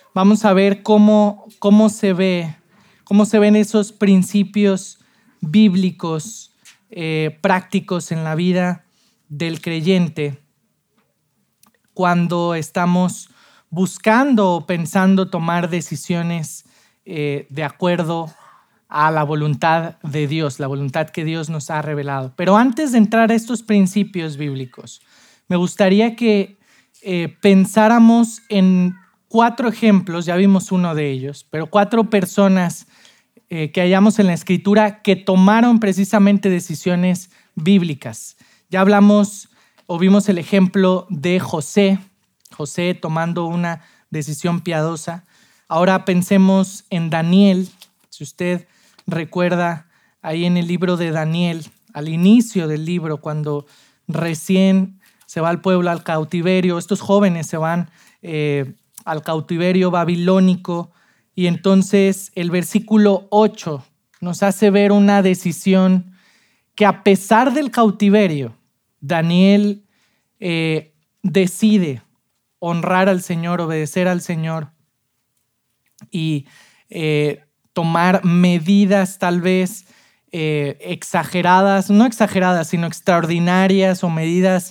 vamos a ver cómo se ven esos principios bíblicos prácticos en la vida del creyente cuando estamos buscando o pensando tomar decisiones de acuerdo a la voluntad de Dios, la voluntad que Dios nos ha revelado. Pero antes de entrar a estos principios bíblicos, me gustaría que pensáramos en 4 ejemplos, ya vimos uno de ellos, pero 4 personas que hallamos en la Escritura que tomaron precisamente decisiones bíblicas. Ya hablamos o vimos el ejemplo de José tomando una decisión piadosa. Ahora pensemos en Daniel. Si usted recuerda ahí en el libro de Daniel, al inicio del libro, cuando recién se va el pueblo al cautiverio, estos jóvenes se van al cautiverio babilónico, y entonces el versículo 8 nos hace ver una decisión que, a pesar del cautiverio, Daniel decide honrar al Señor, obedecer al Señor y tomar medidas tal vez exageradas, no exageradas, sino extraordinarias, o medidas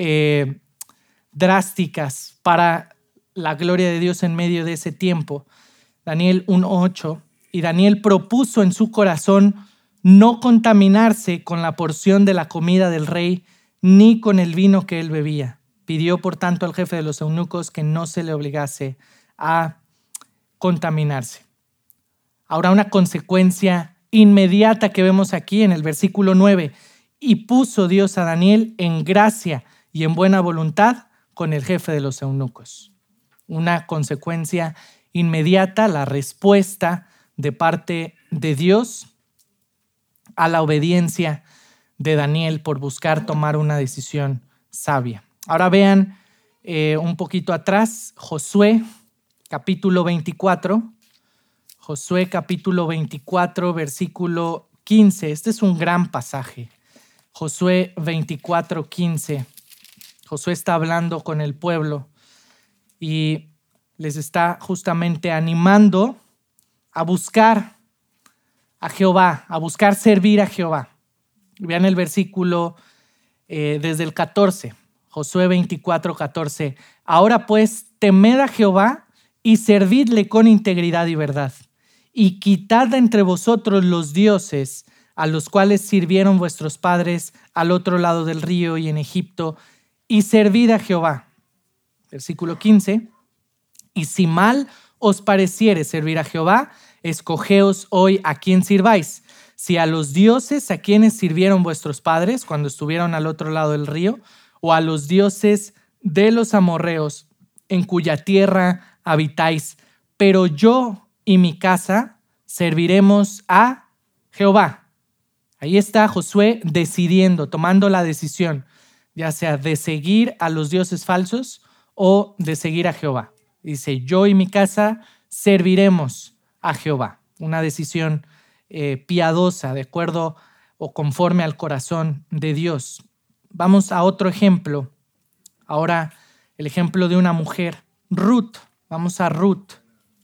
drásticas para la gloria de Dios en medio de ese tiempo. Daniel 1:8, y Daniel propuso en su corazón no contaminarse con la porción de la comida del rey, ni con el vino que él bebía. Pidió, por tanto, al jefe de los eunucos que no se le obligase a contaminarse. Ahora, una consecuencia inmediata que vemos aquí en el versículo 9. Y puso Dios a Daniel en gracia y en buena voluntad con el jefe de los eunucos. Una consecuencia inmediata, la respuesta de parte de Dios a la obediencia de Daniel por buscar tomar una decisión sabia. Ahora vean un poquito atrás, Josué capítulo 24. Josué capítulo 24, versículo 15. Este es un gran pasaje. Josué 24, 15. Josué está hablando con el pueblo y les está justamente animando a buscar a Jehová, a buscar servir a Jehová. Vean el versículo desde el 14, Josué 24, 14. Ahora pues, temed a Jehová y servidle con integridad y verdad, y quitad de entre vosotros los dioses a los cuales sirvieron vuestros padres al otro lado del río y en Egipto, y servid a Jehová. Versículo 15. Y si mal os pareciere servir a Jehová, escogeos hoy a quién sirváis, si a los dioses a quienes sirvieron vuestros padres cuando estuvieron al otro lado del río, o a los dioses de los amorreos en cuya tierra habitáis. Pero yo y mi casa serviremos a Jehová. Ahí está Josué decidiendo, tomando la decisión, ya sea de seguir a los dioses falsos o de seguir a Jehová. Dice, yo y mi casa serviremos a Jehová. Una decisión piadosa, de acuerdo o conforme al corazón de Dios. Vamos a otro ejemplo. Ahora el ejemplo de una mujer, Ruth. Vamos a Ruth.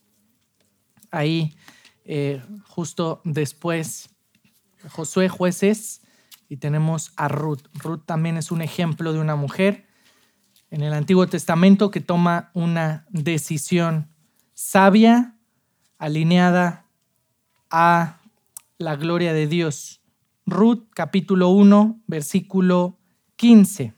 Ahí justo después Josué, Jueces, y tenemos a Ruth. Ruth también es un ejemplo de una mujer en el Antiguo Testamento que toma una decisión sabia, alineada a la gloria de Dios. Ruth, capítulo 1, versículo 15.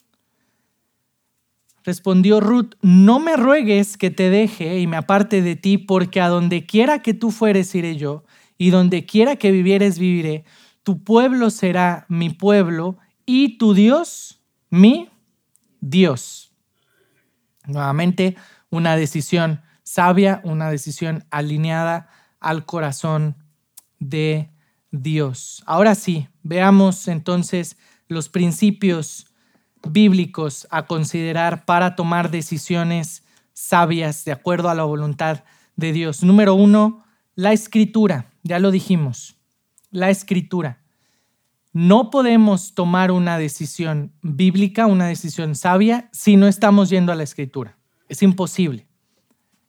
Respondió Ruth, no me ruegues que te deje y me aparte de ti, porque a donde quiera que tú fueres iré yo, y donde quiera que vivieres viviré. Tu pueblo será mi pueblo y tu Dios mi Dios. Nuevamente, una decisión sabia, una decisión alineada al corazón de Dios. Ahora sí, veamos entonces los principios bíblicos a considerar para tomar decisiones sabias de acuerdo a la voluntad de Dios. Número 1, la Escritura. Ya lo dijimos, la Escritura. No podemos tomar una decisión bíblica, una decisión sabia, si no estamos yendo a la Escritura. Es imposible.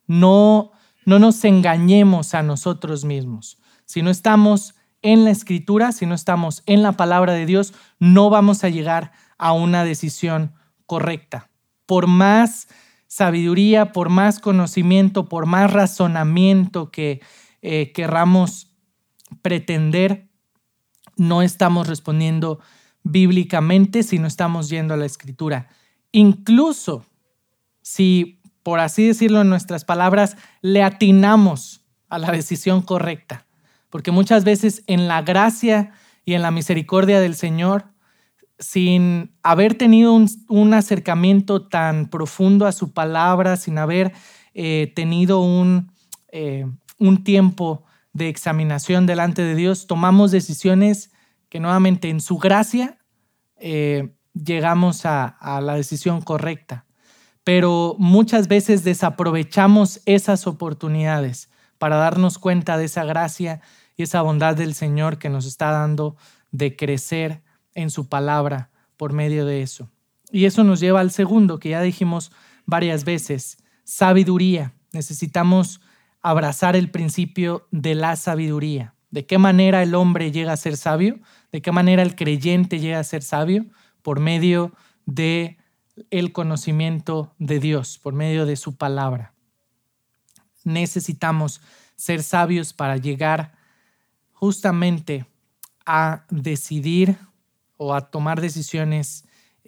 No nos engañemos a nosotros mismos. Si no estamos en la Escritura, si no estamos en la palabra de Dios, no vamos a llegar a una decisión correcta. Por más sabiduría, por más conocimiento, por más razonamiento que querramos pretender, no estamos respondiendo bíblicamente si no estamos yendo a la Escritura. Incluso si, por así decirlo en nuestras palabras, le atinamos a la decisión correcta. Porque muchas veces en la gracia y en la misericordia del Señor, sin haber tenido un acercamiento tan profundo a su palabra, sin haber tenido un tiempo de examinación delante de Dios, tomamos decisiones que nuevamente en su gracia llegamos a la decisión correcta. Pero muchas veces desaprovechamos esas oportunidades para darnos cuenta de esa gracia y esa bondad del Señor que nos está dando de crecer en su palabra por medio de eso. Y eso nos lleva al segundo, que ya dijimos varias veces, sabiduría. Necesitamos abrazar el principio de la sabiduría. ¿De qué manera el hombre llega a ser sabio? ¿De qué manera el creyente llega a ser sabio? Por medio de el conocimiento de Dios, por medio de su palabra. Necesitamos ser sabios para llegar justamente a decidir o a tomar decisiones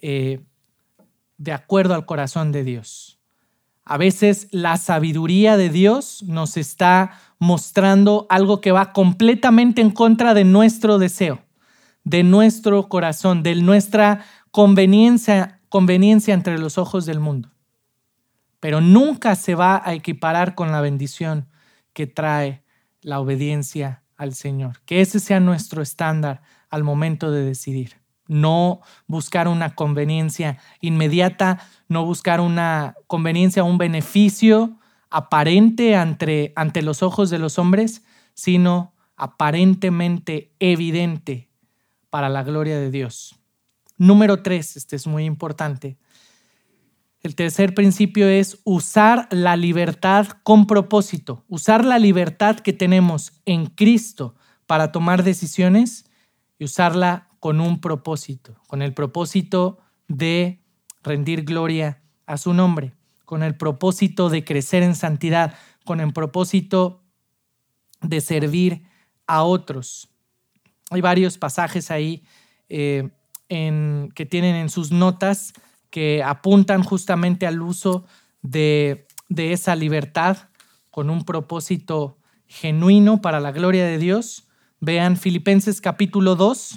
de acuerdo al corazón de Dios. A veces la sabiduría de Dios nos está mostrando algo que va completamente en contra de nuestro deseo, de nuestro corazón, de nuestra conveniencia entre los ojos del mundo. Pero nunca se va a equiparar con la bendición que trae la obediencia al Señor. Que ese sea nuestro estándar al momento de decidir. No buscar una conveniencia inmediata, no buscar una conveniencia, un beneficio aparente ante los ojos de los hombres, sino aparentemente evidente para la gloria de Dios. Número 3, este es muy importante. El tercer principio es usar la libertad con propósito. Usar la libertad que tenemos en Cristo para tomar decisiones y usarla con un propósito, con el propósito de rendir gloria a su nombre, con el propósito de crecer en santidad, con el propósito de servir a otros. Hay varios pasajes ahí que tienen en sus notas que apuntan justamente al uso de esa libertad con un propósito genuino para la gloria de Dios. Vean Filipenses capítulo 2.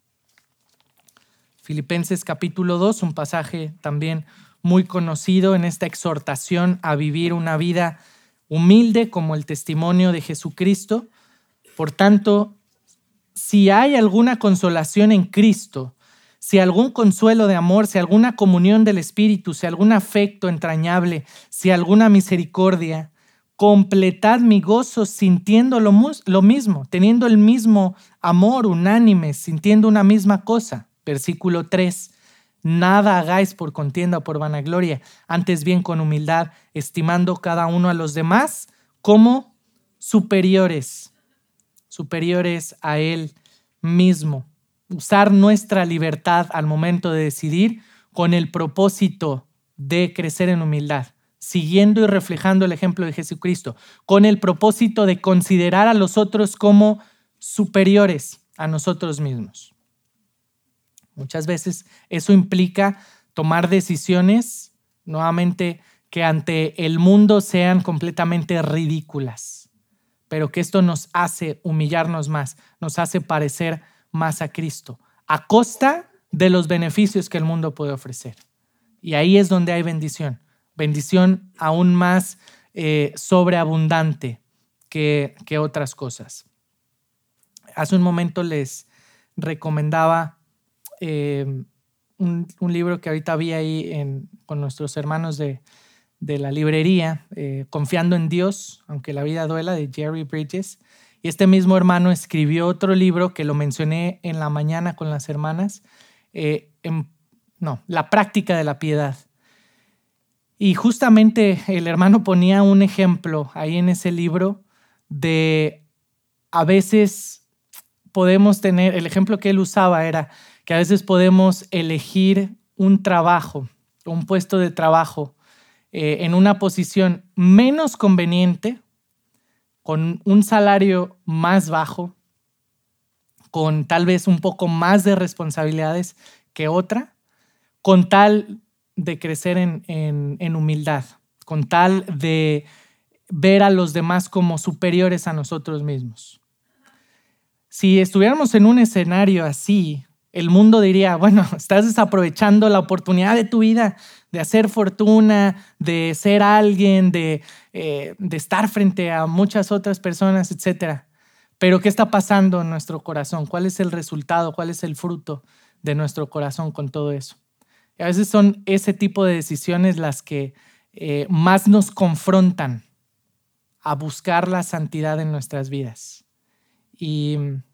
Filipenses capítulo 2, un pasaje también muy conocido en esta exhortación a vivir una vida humilde como el testimonio de Jesucristo. Por tanto, si hay alguna consolación en Cristo, si algún consuelo de amor, si alguna comunión del Espíritu, si algún afecto entrañable, si alguna misericordia, completad mi gozo sintiendo lo mismo, teniendo el mismo amor unánime, sintiendo una misma cosa. Versículo 3, nada hagáis por contienda o por vanagloria, antes bien con humildad, estimando cada uno a los demás como superiores a Él mismo. Usar nuestra libertad al momento de decidir con el propósito de crecer en humildad, siguiendo y reflejando el ejemplo de Jesucristo, con el propósito de considerar a los otros como superiores a nosotros mismos. Muchas veces eso implica tomar decisiones, nuevamente, que ante el mundo sean completamente ridículas, pero que esto nos hace humillarnos más, nos hace parecer más a Cristo, a costa de los beneficios que el mundo puede ofrecer. Y ahí es donde hay bendición aún más sobreabundante que otras cosas. Hace un momento les recomendaba un libro que ahorita vi ahí con nuestros hermanos de la librería, Confiando en Dios, aunque la vida duela, de Jerry Bridges. Y este mismo hermano escribió otro libro que lo mencioné en la mañana con las hermanas, La práctica de la piedad. Y justamente el hermano ponía un ejemplo ahí en ese libro de a veces podemos tener, el ejemplo que él usaba era que a veces podemos elegir un trabajo, un puesto de trabajo en una posición menos conveniente, con un salario más bajo, con tal vez un poco más de responsabilidades que otra, con tal de crecer en humildad, con tal de ver a los demás como superiores a nosotros mismos. Si estuviéramos en un escenario así, el mundo diría, bueno, estás desaprovechando la oportunidad de tu vida de hacer fortuna, de ser alguien, de estar frente a muchas otras personas, etc. Pero ¿qué está pasando en nuestro corazón? ¿Cuál es el resultado? ¿Cuál es el fruto de nuestro corazón con todo eso? Y a veces son ese tipo de decisiones las que más nos confrontan a buscar la santidad en nuestras vidas. Y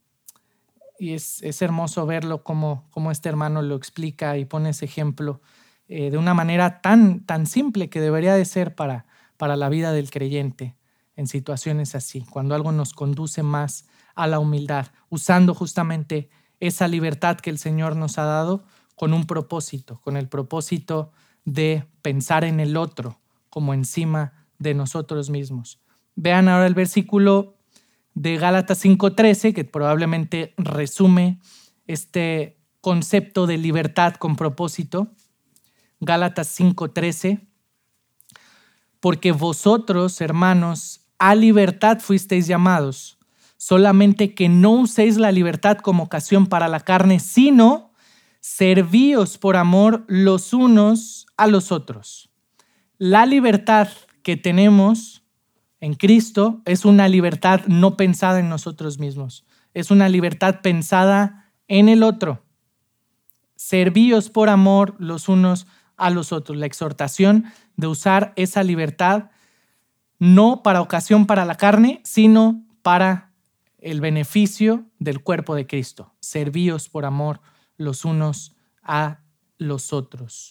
es hermoso verlo como este hermano lo explica y pone ese ejemplo de una manera tan simple que debería de ser para la vida del creyente en situaciones así, cuando algo nos conduce más a la humildad, usando justamente esa libertad que el Señor nos ha dado con un propósito, con el propósito de pensar en el otro como encima de nosotros mismos. Vean ahora el versículo de Gálatas 5:13, que probablemente resume este concepto de libertad con propósito. Gálatas 5:13, porque vosotros, hermanos, a libertad fuisteis llamados, solamente que no uséis la libertad como ocasión para la carne, sino servíos por amor los unos a los otros. La libertad que tenemos en Cristo es una libertad no pensada en nosotros mismos, es una libertad pensada en el otro. Servíos por amor los unos a los otros. La exhortación de usar esa libertad no para ocasión para la carne, sino para el beneficio del cuerpo de Cristo. Servíos por amor los unos a los otros.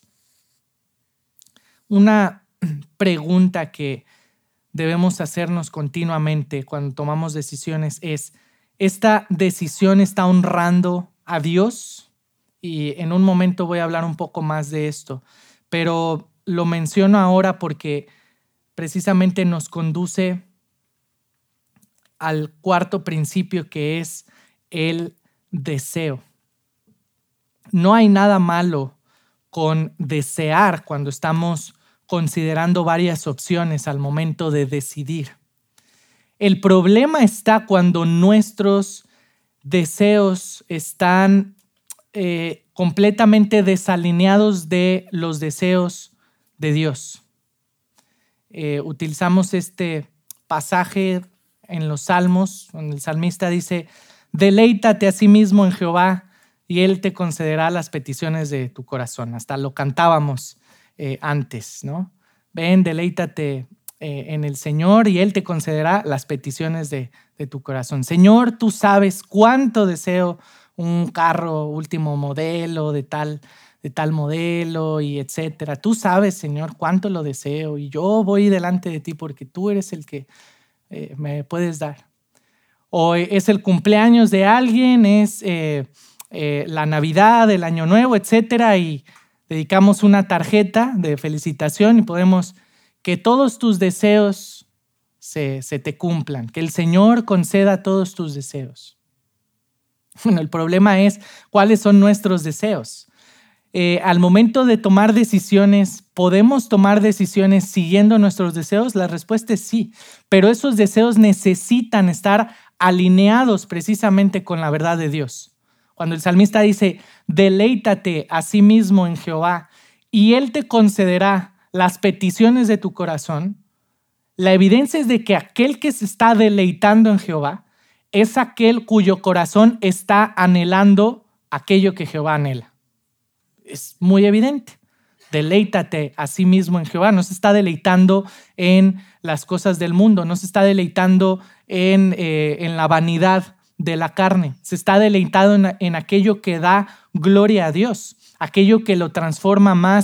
Una pregunta que debemos hacernos continuamente cuando tomamos decisiones es, ¿esta decisión está honrando a Dios? Y en un momento voy a hablar un poco más de esto, pero lo menciono ahora porque precisamente nos conduce al cuarto principio, que es el deseo. No hay nada malo con desear cuando estamos considerando varias opciones al momento de decidir. El problema está cuando nuestros deseos están completamente desalineados de los deseos de Dios. Utilizamos este pasaje en los Salmos, donde el salmista dice, deleítate a sí mismo en Jehová y Él te concederá las peticiones de tu corazón. Hasta lo cantábamos antes, ¿no? Ven, deleítate en el Señor y Él te concederá las peticiones de tu corazón. Señor, tú sabes cuánto deseo un carro último modelo de tal modelo y etcétera. Tú sabes, Señor, cuánto lo deseo y yo voy delante de ti porque tú eres el que me puedes dar. O es el cumpleaños de alguien, es la Navidad, el Año Nuevo, etcétera, y dedicamos una tarjeta de felicitación y podemos que todos tus deseos se te cumplan, que el Señor conceda todos tus deseos. Bueno, el problema es cuáles son nuestros deseos. Al momento de tomar decisiones, ¿podemos tomar decisiones siguiendo nuestros deseos? La respuesta es sí, pero esos deseos necesitan estar alineados precisamente con la verdad de Dios. Cuando el salmista dice, deleítate a sí mismo en Jehová y Él te concederá las peticiones de tu corazón, la evidencia es de que aquel que se está deleitando en Jehová es aquel cuyo corazón está anhelando aquello que Jehová anhela. Es muy evidente. Deleítate a sí mismo en Jehová. No se está deleitando en las cosas del mundo, no se está deleitando en la vanidad de la carne. Se está deleitando en aquello que da gloria a Dios, aquello que lo transforma más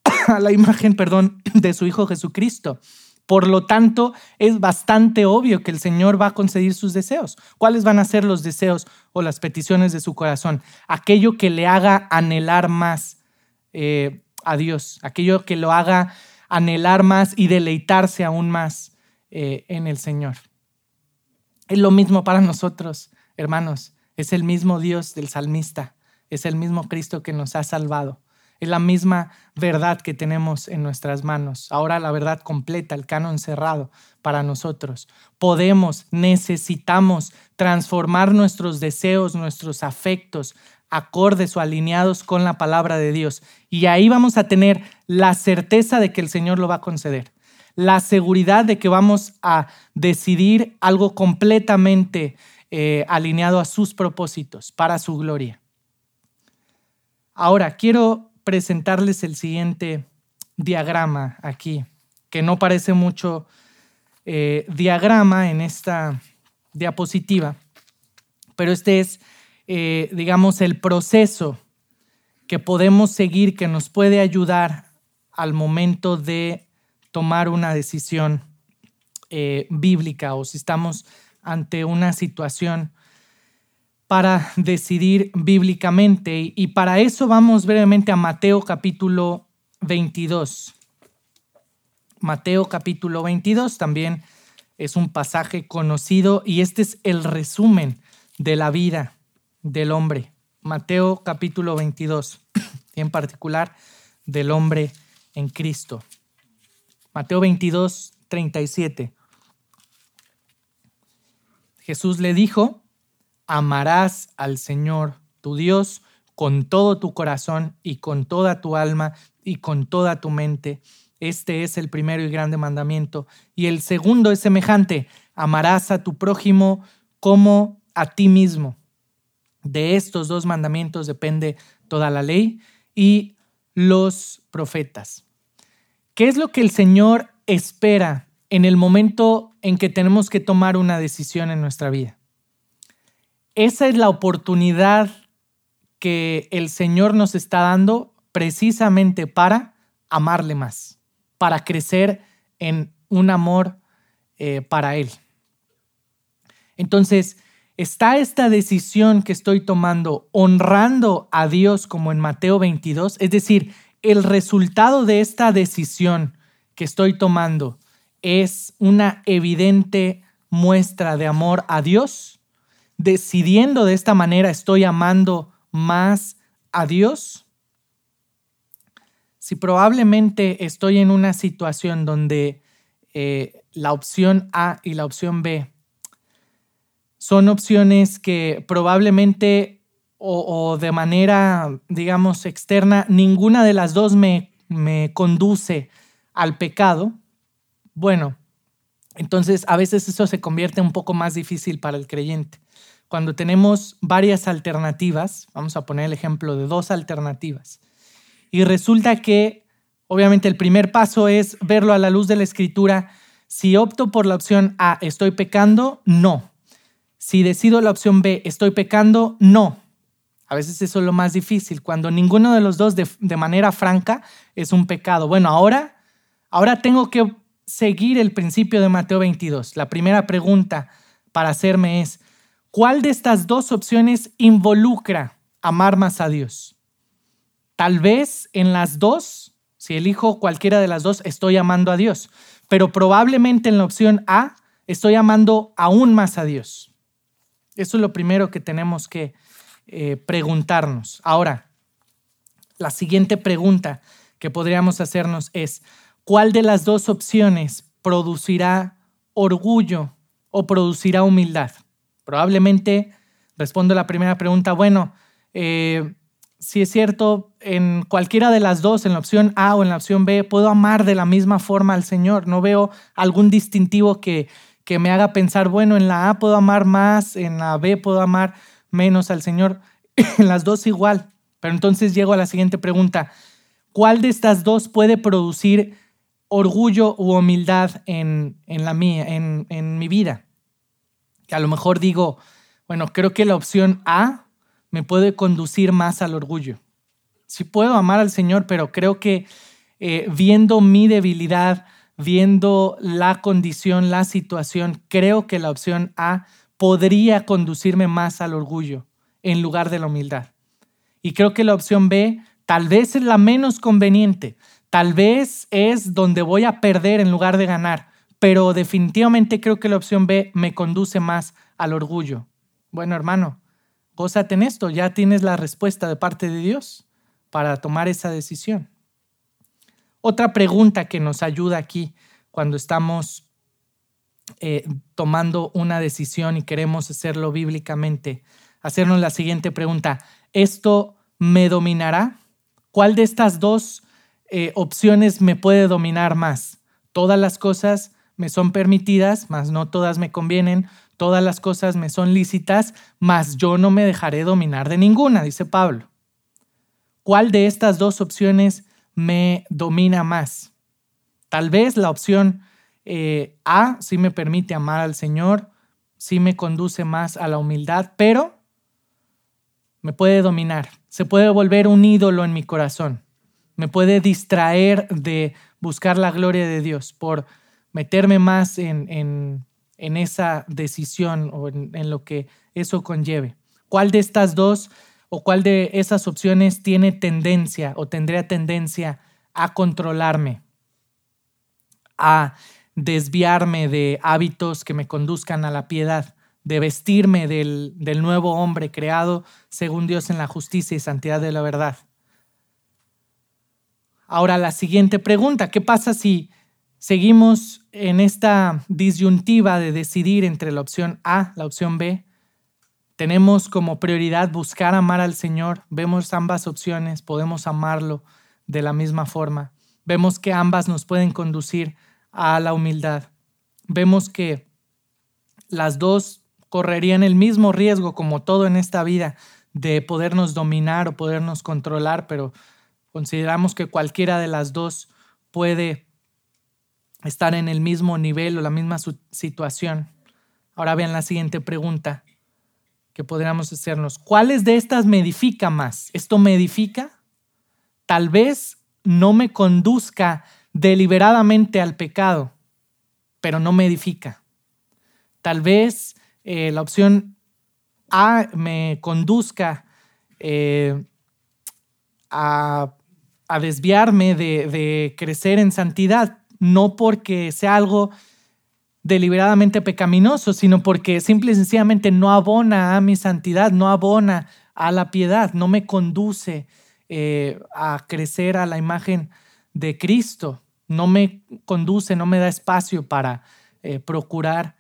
a la imagen, de su Hijo Jesucristo. Por lo tanto, es bastante obvio que el Señor va a conceder sus deseos. ¿Cuáles van a ser los deseos o las peticiones de su corazón? Aquello que le haga anhelar más a Dios, aquello que lo haga anhelar más y deleitarse aún más en el Señor. Es lo mismo para nosotros, hermanos. Es el mismo Dios del salmista, es el mismo Cristo que nos ha salvado. Es la misma verdad que tenemos en nuestras manos. Ahora la verdad completa, el canon cerrado para nosotros. Necesitamos transformar nuestros deseos, nuestros afectos, acordes o alineados con la palabra de Dios. Y ahí vamos a tener la certeza de que el Señor lo va a conceder. La seguridad de que vamos a decidir algo completamente alineado a sus propósitos, para su gloria. Ahora, quiero presentarles el siguiente diagrama aquí, que no parece mucho diagrama en esta diapositiva, pero este es, digamos, el proceso que podemos seguir, que nos puede ayudar al momento de tomar una decisión bíblica, o si estamos ante una situación para decidir bíblicamente. Y para eso vamos brevemente a Mateo capítulo 22. Mateo capítulo 22 también es un pasaje conocido y este es el resumen de la vida del hombre. Mateo capítulo 22, y en particular del hombre en Cristo. Mateo 22, 37. Jesús le dijo: amarás al Señor tu Dios con todo tu corazón y con toda tu alma y con toda tu mente. Este es el primero y grande mandamiento. Y el segundo es semejante: amarás a tu prójimo como a ti mismo. De estos dos mandamientos depende toda la ley y los profetas. ¿Qué es lo que el Señor espera en el momento en que tenemos que tomar una decisión en nuestra vida? Esa es la oportunidad que el Señor nos está dando precisamente para amarle más, para crecer en un amor para Él. Entonces, ¿está esta decisión que estoy tomando honrando a Dios como en Mateo 22? Es decir, el resultado de esta decisión que estoy tomando es una evidente muestra de amor a Dios. Decidiendo de esta manera, ¿estoy amando más a Dios? Si probablemente estoy en una situación donde la opción A y la opción B son opciones que probablemente o de manera, digamos, externa, ninguna de las dos me conduce al pecado, bueno, entonces a veces eso se convierte un poco más difícil para el creyente. Cuando tenemos varias alternativas, vamos a poner el ejemplo de 2 alternativas, y resulta que obviamente el primer paso es verlo a la luz de la Escritura. Si opto por la opción A, ¿estoy pecando? No. Si decido la opción B, ¿estoy pecando? No. A veces eso es lo más difícil, cuando ninguno de los dos de manera franca es un pecado. Bueno, ahora tengo que seguir el principio de Mateo 22. La primera pregunta para hacerme es: ¿cuál de estas dos opciones involucra amar más a Dios? Tal vez en las dos, si elijo cualquiera de las dos, estoy amando a Dios, pero probablemente en la opción A estoy amando aún más a Dios. Eso es lo primero que tenemos que preguntarnos. Ahora, la siguiente pregunta que podríamos hacernos es: ¿cuál de las dos opciones producirá orgullo o producirá humildad? Probablemente respondo la primera pregunta: bueno, si es cierto, en cualquiera de las dos, en la opción A o en la opción B, puedo amar de la misma forma al Señor. No veo algún distintivo que me haga pensar, bueno, en la A puedo amar más, en la B puedo amar menos al Señor. En las dos igual. Pero entonces llego a la siguiente pregunta: ¿cuál de estas dos puede producir orgullo u humildad en mi vida? Que a lo mejor digo, bueno, creo que la opción A me puede conducir más al orgullo. Sí puedo amar al Señor, pero creo que viendo mi debilidad, viendo la condición, la situación, creo que la opción A podría conducirme más al orgullo en lugar de la humildad. Y creo que la opción B tal vez es la menos conveniente, tal vez es donde voy a perder en lugar de ganar, pero definitivamente creo que la opción B me conduce más al orgullo. Bueno, hermano, gózate en esto, ya tienes la respuesta de parte de Dios para tomar esa decisión. Otra pregunta que nos ayuda aquí cuando estamos tomando una decisión y queremos hacerlo bíblicamente, hacernos la siguiente pregunta: ¿esto me dominará? ¿Cuál de estas dos opciones me puede dominar más? Todas las cosas me son permitidas, mas no todas me convienen. Todas las cosas me son lícitas, mas yo no me dejaré dominar de ninguna, dice Pablo. ¿Cuál de estas dos opciones me domina más? Tal vez la opción A sí me permite amar al Señor, sí me conduce más a la humildad, pero me puede dominar, se puede volver un ídolo en mi corazón, me puede distraer de buscar la gloria de Dios por meterme más en esa decisión o en lo que eso conlleve. ¿Cuál de estas dos o cuál de esas opciones tiene tendencia o tendría tendencia a controlarme, a desviarme de hábitos que me conduzcan a la piedad, de vestirme del nuevo hombre creado según Dios en la justicia y santidad de la verdad? Ahora, la siguiente pregunta: ¿qué pasa si seguimos en esta disyuntiva de decidir entre la opción A, la opción B? Tenemos como prioridad buscar amar al Señor, vemos ambas opciones, podemos amarlo de la misma forma, vemos que ambas nos pueden conducir a la humildad, vemos que las dos correrían el mismo riesgo, como todo en esta vida, de podernos dominar o podernos controlar, pero consideramos que cualquiera de las dos puede estar en el mismo nivel o la misma situación. Ahora vean la siguiente pregunta que podríamos hacernos: ¿cuáles de estas me edifica más? ¿Esto me edifica? Tal vez no me conduzca deliberadamente al pecado, pero no me edifica. Tal vez la opción A me conduzca a desviarme de crecer en santidad, no porque sea algo deliberadamente pecaminoso, sino porque simple y sencillamente no abona a mi santidad, no abona a la piedad, no me conduce a crecer a la imagen de Cristo, no me conduce, no me da espacio para procurar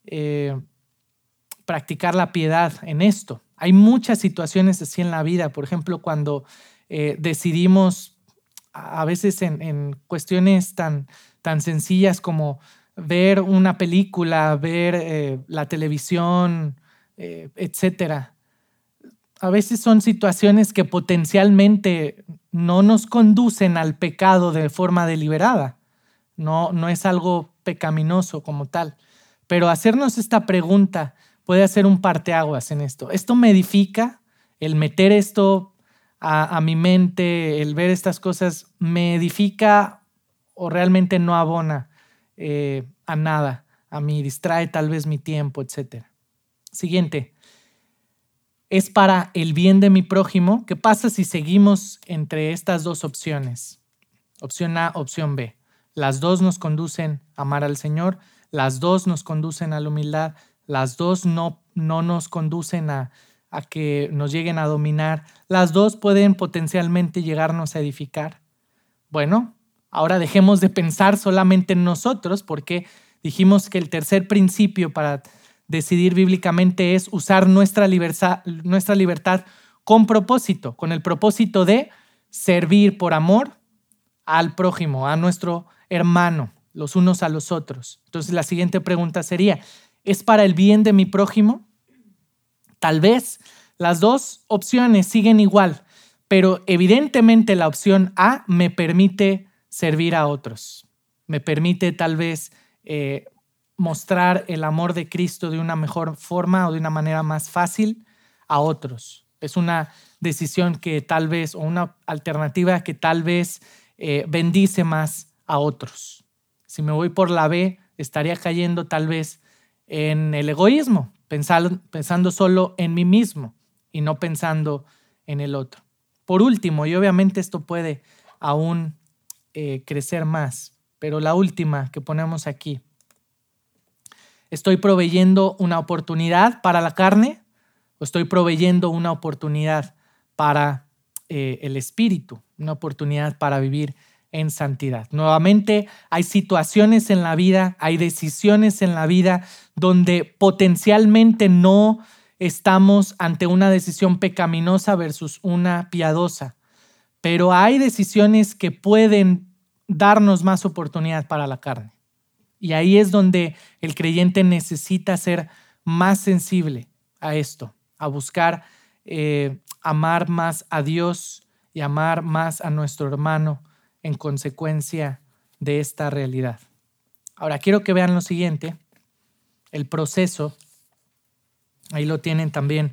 practicar la piedad en esto. Hay muchas situaciones así en la vida, por ejemplo, cuando decidimos a veces en cuestiones tan sencillas como ver una película, ver la televisión, etcétera. A veces son situaciones que potencialmente no nos conducen al pecado de forma deliberada. No es algo pecaminoso como tal. Pero hacernos esta pregunta puede hacer un parteaguas en esto. ¿Esto me edifica? El meter esto a mi mente, el ver estas cosas, ¿me edifica o realmente no abona a nada? A mí distrae tal vez mi tiempo, etc. Siguiente. ¿Es para el bien de mi prójimo? ¿Qué pasa si seguimos entre estas dos opciones? Opción A, opción B. Las dos nos conducen a amar al Señor, las dos nos conducen a la humildad, las dos no nos conducen a que nos lleguen a dominar, las dos pueden potencialmente llegarnos a edificar. Bueno, ahora dejemos de pensar solamente en nosotros, porque dijimos que el tercer principio para decidir bíblicamente es usar nuestra libertad con propósito, con el propósito de servir por amor al prójimo, a nuestro hermano, los unos a los otros. Entonces la siguiente pregunta sería: ¿es para el bien de mi prójimo? Tal vez las dos opciones siguen igual, pero evidentemente la opción A me permite servir a otros, me permite tal vez mostrar el amor de Cristo de una mejor forma o de una manera más fácil a otros. Es una decisión que tal vez, o una alternativa que tal vez bendice más a otros. Si me voy por la B, estaría cayendo tal vez en el egoísmo, pensando solo en mí mismo y no pensando en el otro. Por último, y obviamente esto puede aún crecer más, pero la última que ponemos aquí, ¿estoy proveyendo una oportunidad para la carne o estoy proveyendo una oportunidad para el espíritu, una oportunidad para vivir en santidad? Nuevamente, hay situaciones en la vida, hay decisiones en la vida donde potencialmente no estamos ante una decisión pecaminosa versus una piadosa, pero hay decisiones que pueden darnos más oportunidad para la carne. Y ahí es donde el creyente necesita ser más sensible a esto, a buscar amar más a Dios y amar más a nuestro hermano en consecuencia de esta realidad. Ahora, quiero que vean lo siguiente, el proceso, ahí lo tienen también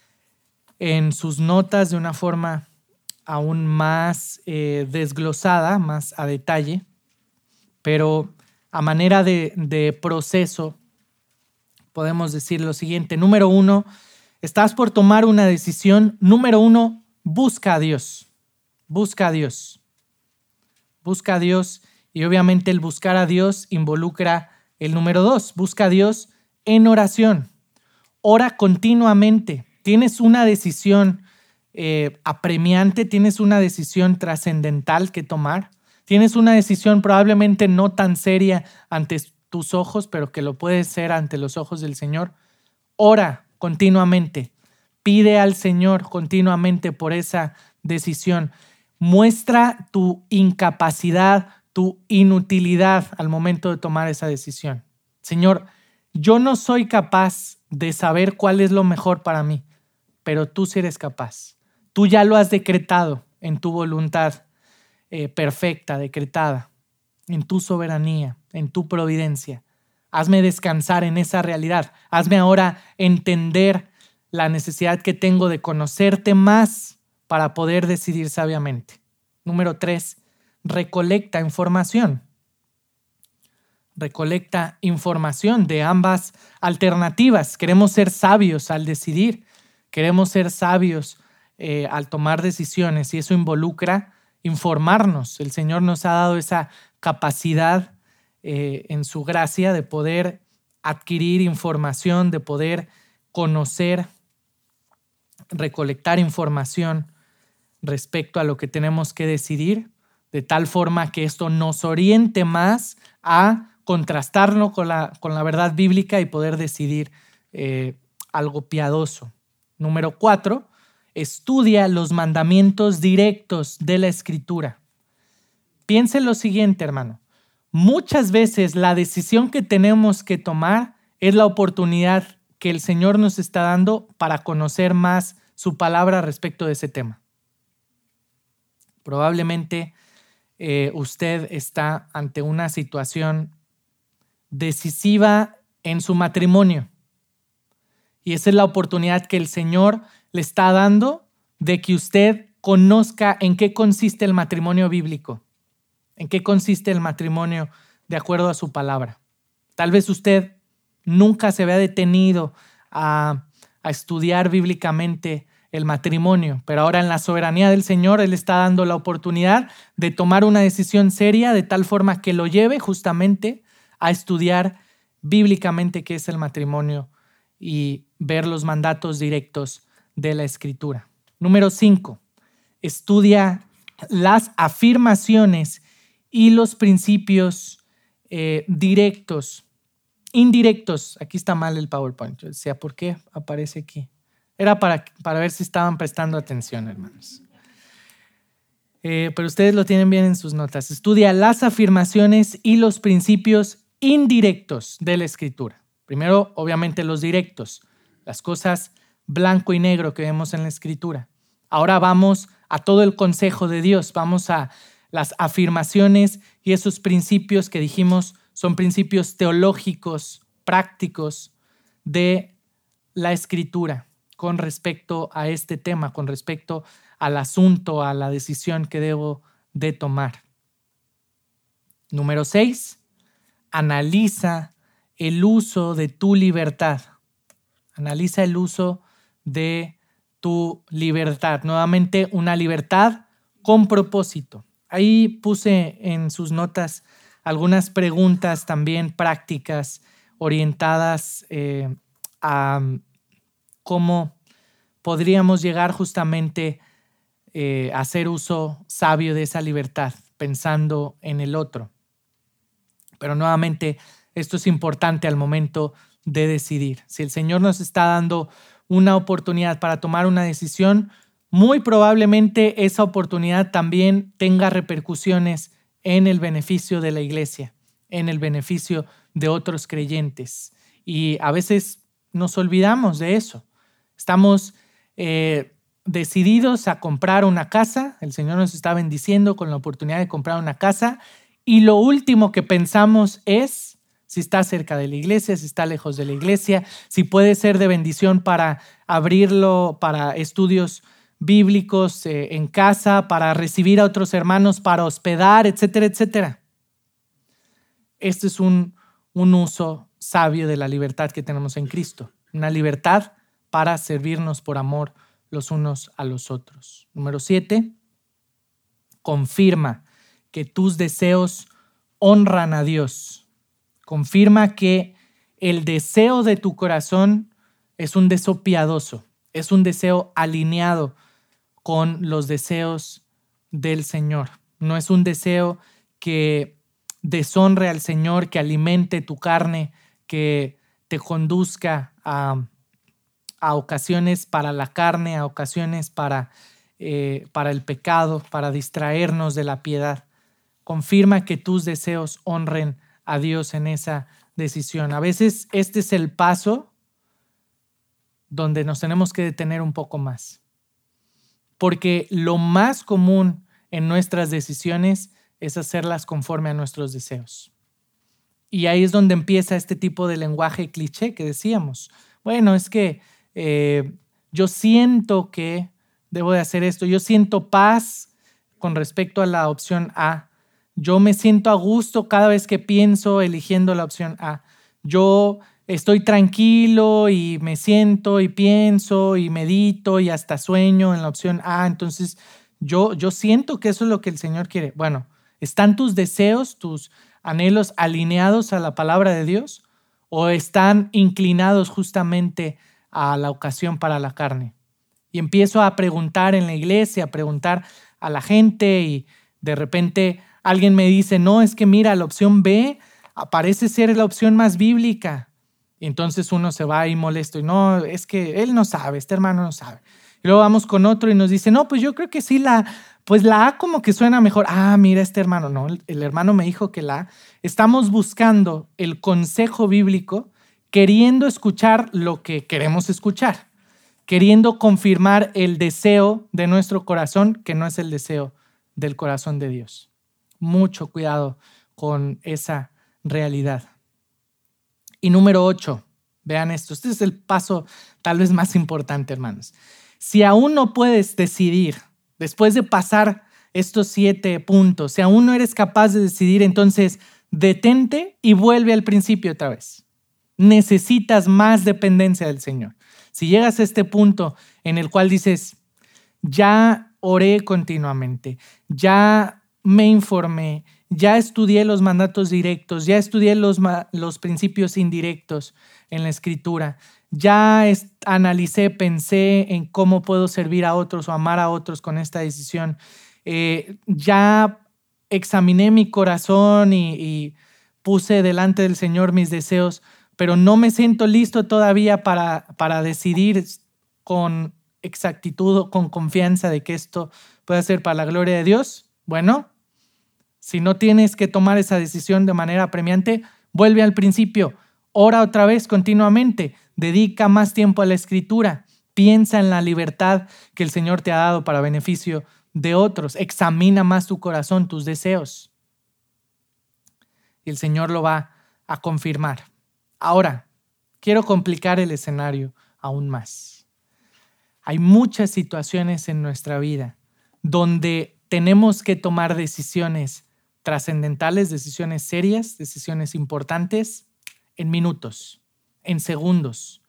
en sus notas de una forma aún más desglosada, más a detalle, pero a manera de proceso podemos decir lo siguiente. Número 1, estás por tomar una decisión. Número 1, busca a Dios. Busca a Dios. Busca a Dios y obviamente el buscar a Dios involucra el número 2. Busca a Dios en oración. Ora continuamente. Tienes una decisión apremiante, tienes una decisión trascendental que tomar. Tienes una decisión probablemente no tan seria ante tus ojos, pero que lo puede ser ante los ojos del Señor. Ora continuamente. Pide al Señor continuamente por esa decisión. Muestra tu incapacidad, tu inutilidad al momento de tomar esa decisión. Señor, yo no soy capaz de saber cuál es lo mejor para mí, pero tú sí eres capaz. Tú ya lo has decretado en tu voluntad perfecta, decretada, en tu soberanía, en tu providencia. Hazme descansar en esa realidad. Hazme ahora entender la necesidad que tengo de conocerte más para poder decidir sabiamente. Número 3, recolecta información. Recolecta información de ambas alternativas. Queremos ser sabios al decidir. Queremos ser sabios al tomar decisiones y eso involucra informarnos. El Señor nos ha dado esa capacidad en su gracia de poder adquirir información, de poder conocer, recolectar información respecto a lo que tenemos que decidir, de tal forma que esto nos oriente más a contrastarlo con la verdad bíblica y poder decidir algo piadoso. Número 4, estudia los mandamientos directos de la Escritura. Piense lo siguiente, hermano. Muchas veces la decisión que tenemos que tomar es la oportunidad que el Señor nos está dando para conocer más su palabra respecto de ese tema. Probablemente usted está ante una situación decisiva en su matrimonio y esa es la oportunidad que el Señor le está dando de que usted conozca en qué consiste el matrimonio bíblico, en qué consiste el matrimonio de acuerdo a su palabra. Tal vez usted nunca se había detenido a estudiar bíblicamente el matrimonio, pero ahora en la soberanía del Señor Él está dando la oportunidad de tomar una decisión seria de tal forma que lo lleve justamente a estudiar bíblicamente qué es el matrimonio y ver los mandatos directos de la Escritura. Número 5, estudia las afirmaciones y los principios indirectos. Aquí está mal el PowerPoint. Yo decía, ¿por qué aparece aquí? Era para ver si estaban prestando atención, hermanos. Pero ustedes lo tienen bien en sus notas. Estudia las afirmaciones y los principios indirectos de la Escritura. Primero, obviamente, los directos, las cosas blanco y negro que vemos en la Escritura. Ahora vamos a todo el consejo de Dios, vamos a las afirmaciones y esos principios que dijimos son principios teológicos, prácticos de la Escritura con respecto a este tema, con respecto al asunto, a la decisión que debo de tomar. Número 6, analiza el uso de tu libertad. Analiza el uso de tu libertad. Nuevamente, una libertad con propósito. Ahí puse en sus notas algunas preguntas también prácticas orientadas a cómo podríamos llegar justamente a hacer uso sabio de esa libertad, pensando en el otro. Pero nuevamente, esto es importante al momento de decidir. Si el Señor nos está dando una oportunidad para tomar una decisión, muy probablemente esa oportunidad también tenga repercusiones en el beneficio de la iglesia, en el beneficio de otros creyentes. Y a veces nos olvidamos de eso. Estamos decididos a comprar una casa. El Señor nos está bendiciendo con la oportunidad de comprar una casa. Y lo último que pensamos es si está cerca de la iglesia, si está lejos de la iglesia, si puede ser de bendición para abrirlo para estudios bíblicos en casa, para recibir a otros hermanos, para hospedar, etcétera, etcétera. Este es un uso sabio de la libertad que tenemos en Cristo. Una libertad para servirnos por amor los unos a los otros. Número 7, confirma que tus deseos honran a Dios. Confirma que el deseo de tu corazón es un deseo piadoso, es un deseo alineado con los deseos del Señor. No es un deseo que deshonre al Señor, que alimente tu carne, que te conduzca a ocasiones para la carne, a ocasiones para el pecado, para distraernos de la piedad. Confirma que tus deseos honren a Dios en esa decisión. A veces este es el paso donde nos tenemos que detener un poco más, porque lo más común en nuestras decisiones es hacerlas conforme a nuestros deseos. Y ahí es donde empieza este tipo de lenguaje cliché que decíamos. Bueno, es que yo siento que debo de hacer esto, yo siento paz con respecto a la opción A, yo me siento a gusto cada vez que pienso eligiendo la opción A, yo estoy tranquilo y me siento y pienso y medito y hasta sueño en la opción A, entonces yo siento que eso es lo que el Señor quiere. Bueno, ¿están tus deseos, tus anhelos alineados a la palabra de Dios o están inclinados justamente a la ocasión para la carne? Y empiezo a preguntar en la iglesia, a preguntar a la gente y de repente alguien me dice, no, es que mira, la opción B parece ser la opción más bíblica. Y entonces uno se va ahí molesto y no, es que él no sabe, este hermano no sabe. Y luego vamos con otro y nos dice, no, pues yo creo que sí, la A como que suena mejor. Ah, mira, este hermano, no, el hermano me dijo que la A. Estamos buscando el consejo bíblico, queriendo escuchar lo que queremos escuchar, queriendo confirmar el deseo de nuestro corazón, que no es el deseo del corazón de Dios. Mucho cuidado con esa realidad. Y número 8, vean esto, este es el paso tal vez más importante, hermanos. Si aún no puedes decidir, después de pasar estos 7 puntos, si aún no eres capaz de decidir, entonces detente y vuelve al principio otra vez. Necesitas más dependencia del Señor. Si llegas a este punto en el cual dices, ya oré continuamente, ya me informé, ya estudié los mandatos directos, ya estudié los principios indirectos en la Escritura, ya analicé, pensé en cómo puedo servir a otros o amar a otros con esta decisión, ya examiné mi corazón y puse delante del Señor mis deseos, pero no me siento listo todavía para decidir con exactitud o con confianza de que esto puede ser para la gloria de Dios. Bueno, si no tienes que tomar esa decisión de manera apremiante, vuelve al principio, ora otra vez continuamente, dedica más tiempo a la Escritura, piensa en la libertad que el Señor te ha dado para beneficio de otros, examina más tu corazón, tus deseos, y el Señor lo va a confirmar. Ahora, quiero complicar el escenario aún más. Hay muchas situaciones en nuestra vida donde tenemos que tomar decisiones trascendentales, decisiones serias, decisiones importantes, en minutos, en segundos,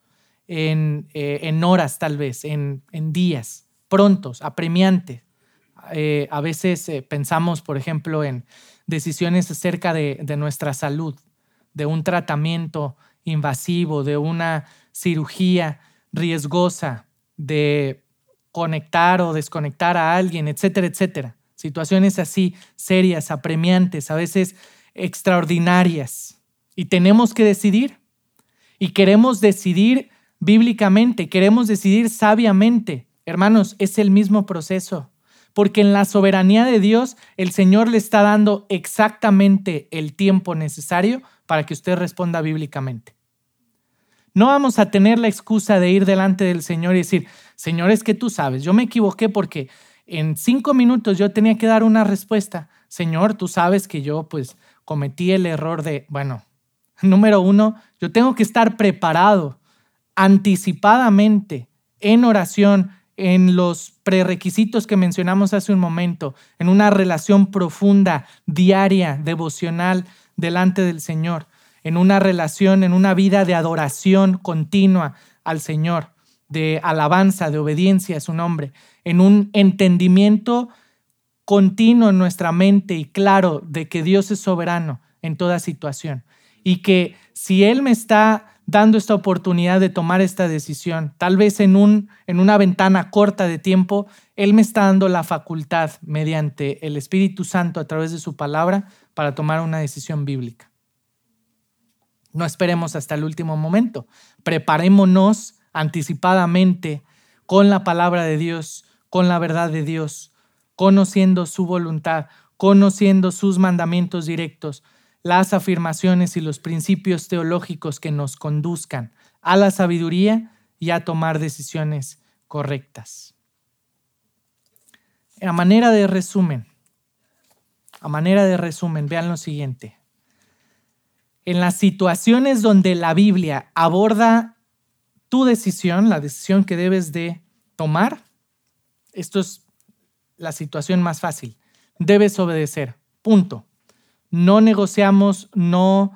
en horas tal vez, en días, prontos, apremiantes. A veces pensamos, por ejemplo, en decisiones acerca de nuestra salud, de un tratamiento invasivo, de una cirugía riesgosa, de conectar o desconectar a alguien, etcétera, etcétera. Situaciones así, serias, apremiantes, a veces extraordinarias. Y tenemos que decidir. Y queremos decidir bíblicamente, queremos decidir sabiamente. Hermanos, es el mismo proceso. Porque en la soberanía de Dios, el Señor le está dando exactamente el tiempo necesario para que usted responda bíblicamente. No vamos a tener la excusa de ir delante del Señor y decir, Señor, es que tú sabes, yo me equivoqué porque en 5 minutos yo tenía que dar una respuesta. Señor, tú sabes que yo pues cometí el error de, bueno, número 1, yo tengo que estar preparado anticipadamente en oración, en los prerequisitos que mencionamos hace un momento, en una relación profunda, diaria, devocional delante del Señor, en una relación, en una vida de adoración continua al Señor, de alabanza, de obediencia a su nombre, en un entendimiento continuo en nuestra mente y claro de que Dios es soberano en toda situación y que si Él me está dando esta oportunidad de tomar esta decisión, tal vez en una ventana corta de tiempo, Él me está dando la facultad mediante el Espíritu Santo a través de su palabra para tomar una decisión bíblica. No esperemos hasta el último momento. Preparémonos anticipadamente con la palabra de Dios, con la verdad de Dios, conociendo su voluntad, conociendo sus mandamientos directos, las afirmaciones y los principios teológicos que nos conduzcan a la sabiduría y a tomar decisiones correctas. A manera de resumen, vean lo siguiente. En las situaciones donde la Biblia aborda tu decisión, la decisión que debes de tomar, esto es la situación más fácil. Debes obedecer, punto. No negociamos, no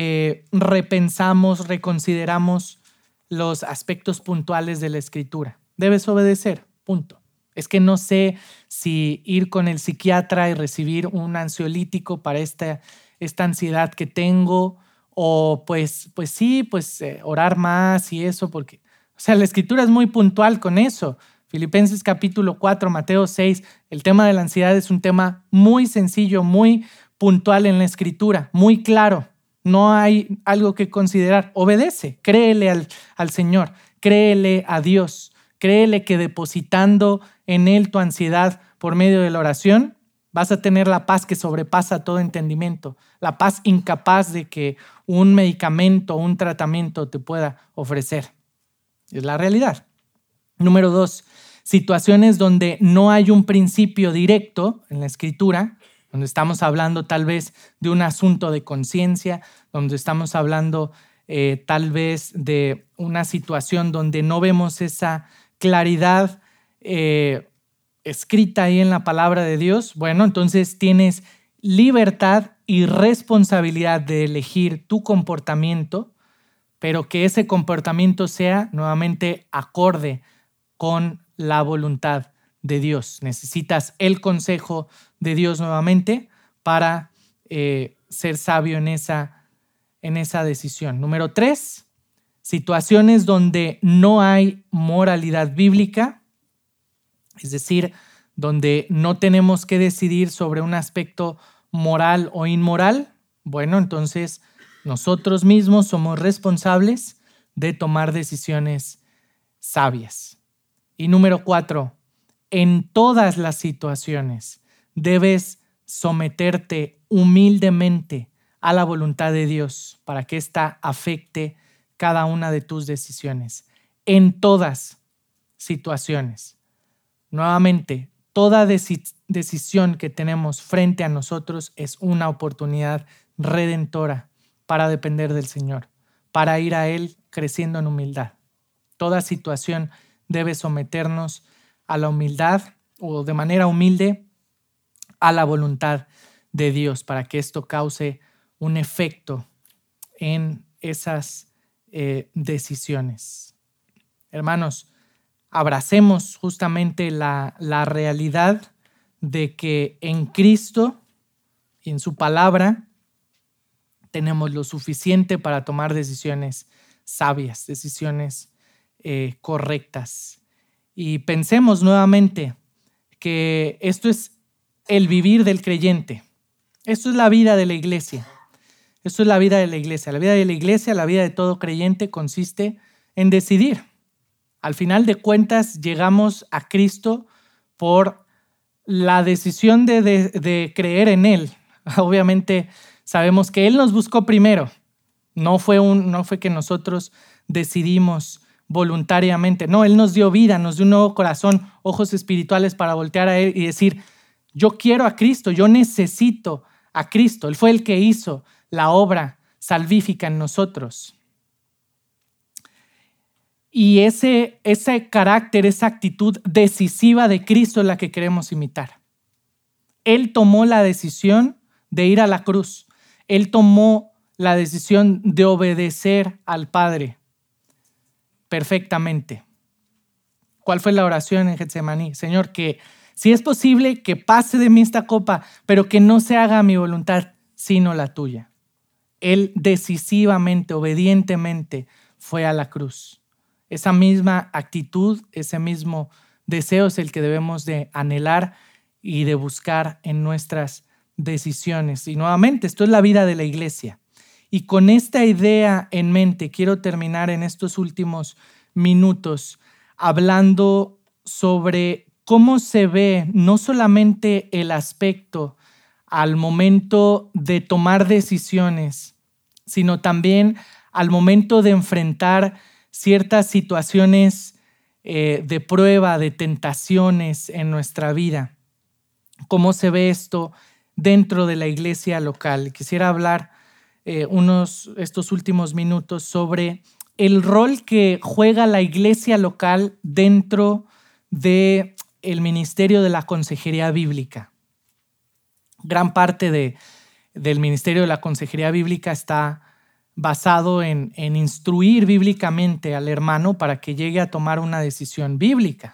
repensamos, reconsideramos los aspectos puntuales de la Escritura. Debes obedecer, punto. Es que no sé si ir con el psiquiatra y recibir un ansiolítico para esta ansiedad que tengo, o pues sí, orar más y eso, porque, la Escritura es muy puntual con eso. Filipenses capítulo 4, Mateo 6, el tema de la ansiedad es un tema muy sencillo, muy puntual en la Escritura, muy claro. No hay algo que considerar. Obedece, créele al Señor, créele a Dios, créele que depositando en Él tu ansiedad por medio de la oración, vas a tener la paz que sobrepasa todo entendimiento, la paz incapaz de que un medicamento o un tratamiento te pueda ofrecer. Es la realidad. Número 2, situaciones donde no hay un principio directo en la Escritura, donde estamos hablando tal vez de un asunto de conciencia, donde estamos hablando tal vez de una situación donde no vemos esa claridad escrita ahí en la palabra de Dios. Bueno, entonces tienes libertad y responsabilidad de elegir tu comportamiento, pero que ese comportamiento sea nuevamente acorde con la voluntad de Dios. Necesitas el consejo de Dios nuevamente para ser sabio en esa decisión. Número 3, situaciones donde no hay moralidad bíblica, es decir, donde no tenemos que decidir sobre un aspecto moral o inmoral. Bueno, entonces nosotros mismos somos responsables de tomar decisiones sabias. Y número 4, en todas las situaciones debes someterte humildemente a la voluntad de Dios para que ésta afecte cada una de tus decisiones. En todas situaciones. Nuevamente, toda decisión que tenemos frente a nosotros es una oportunidad redentora para depender del Señor, para ir a Él creciendo en humildad. Toda situación debe someternos a la humildad o de manera humilde a la voluntad de Dios para que esto cause un efecto en esas decisiones. Hermanos, abracemos justamente la realidad de que en Cristo y en su palabra tenemos lo suficiente para tomar decisiones sabias, decisiones correctas. Y pensemos nuevamente que esto es el vivir del creyente. Esto es la vida de la iglesia. Esto es la vida de la iglesia. La vida de la iglesia, la vida de todo creyente consiste en decidir. Al final de cuentas, llegamos a Cristo por la decisión de creer en Él. Obviamente sabemos que Él nos buscó primero. No fue que nosotros decidimos voluntariamente. No, Él nos dio vida, nos dio un nuevo corazón, ojos espirituales para voltear a Él y decir, yo quiero a Cristo, yo necesito a Cristo. Él fue el que hizo la obra salvífica en nosotros. Y ese carácter, esa actitud decisiva de Cristo es la que queremos imitar. Él tomó la decisión de ir a la cruz. Él tomó la decisión de obedecer al Padre perfectamente. ¿Cuál fue la oración en Getsemaní? Señor, que si es posible que pase de mí esta copa, pero que no se haga mi voluntad, sino la tuya. Él decisivamente, obedientemente fue a la cruz. Esa misma actitud, ese mismo deseo es el que debemos de anhelar y de buscar en nuestras decisiones. Y nuevamente, esto es la vida de la iglesia. Y con esta idea en mente, quiero terminar en estos últimos minutos hablando sobre cómo se ve no solamente el aspecto al momento de tomar decisiones, sino también al momento de enfrentar ciertas situaciones de prueba, de tentaciones en nuestra vida. ¿Cómo se ve esto dentro de la iglesia local? Quisiera hablar estos últimos minutos sobre el rol que juega la iglesia local dentro del ministerio de la consejería bíblica. Gran parte del ministerio de la consejería bíblica está basado en instruir bíblicamente al hermano para que llegue a tomar una decisión bíblica.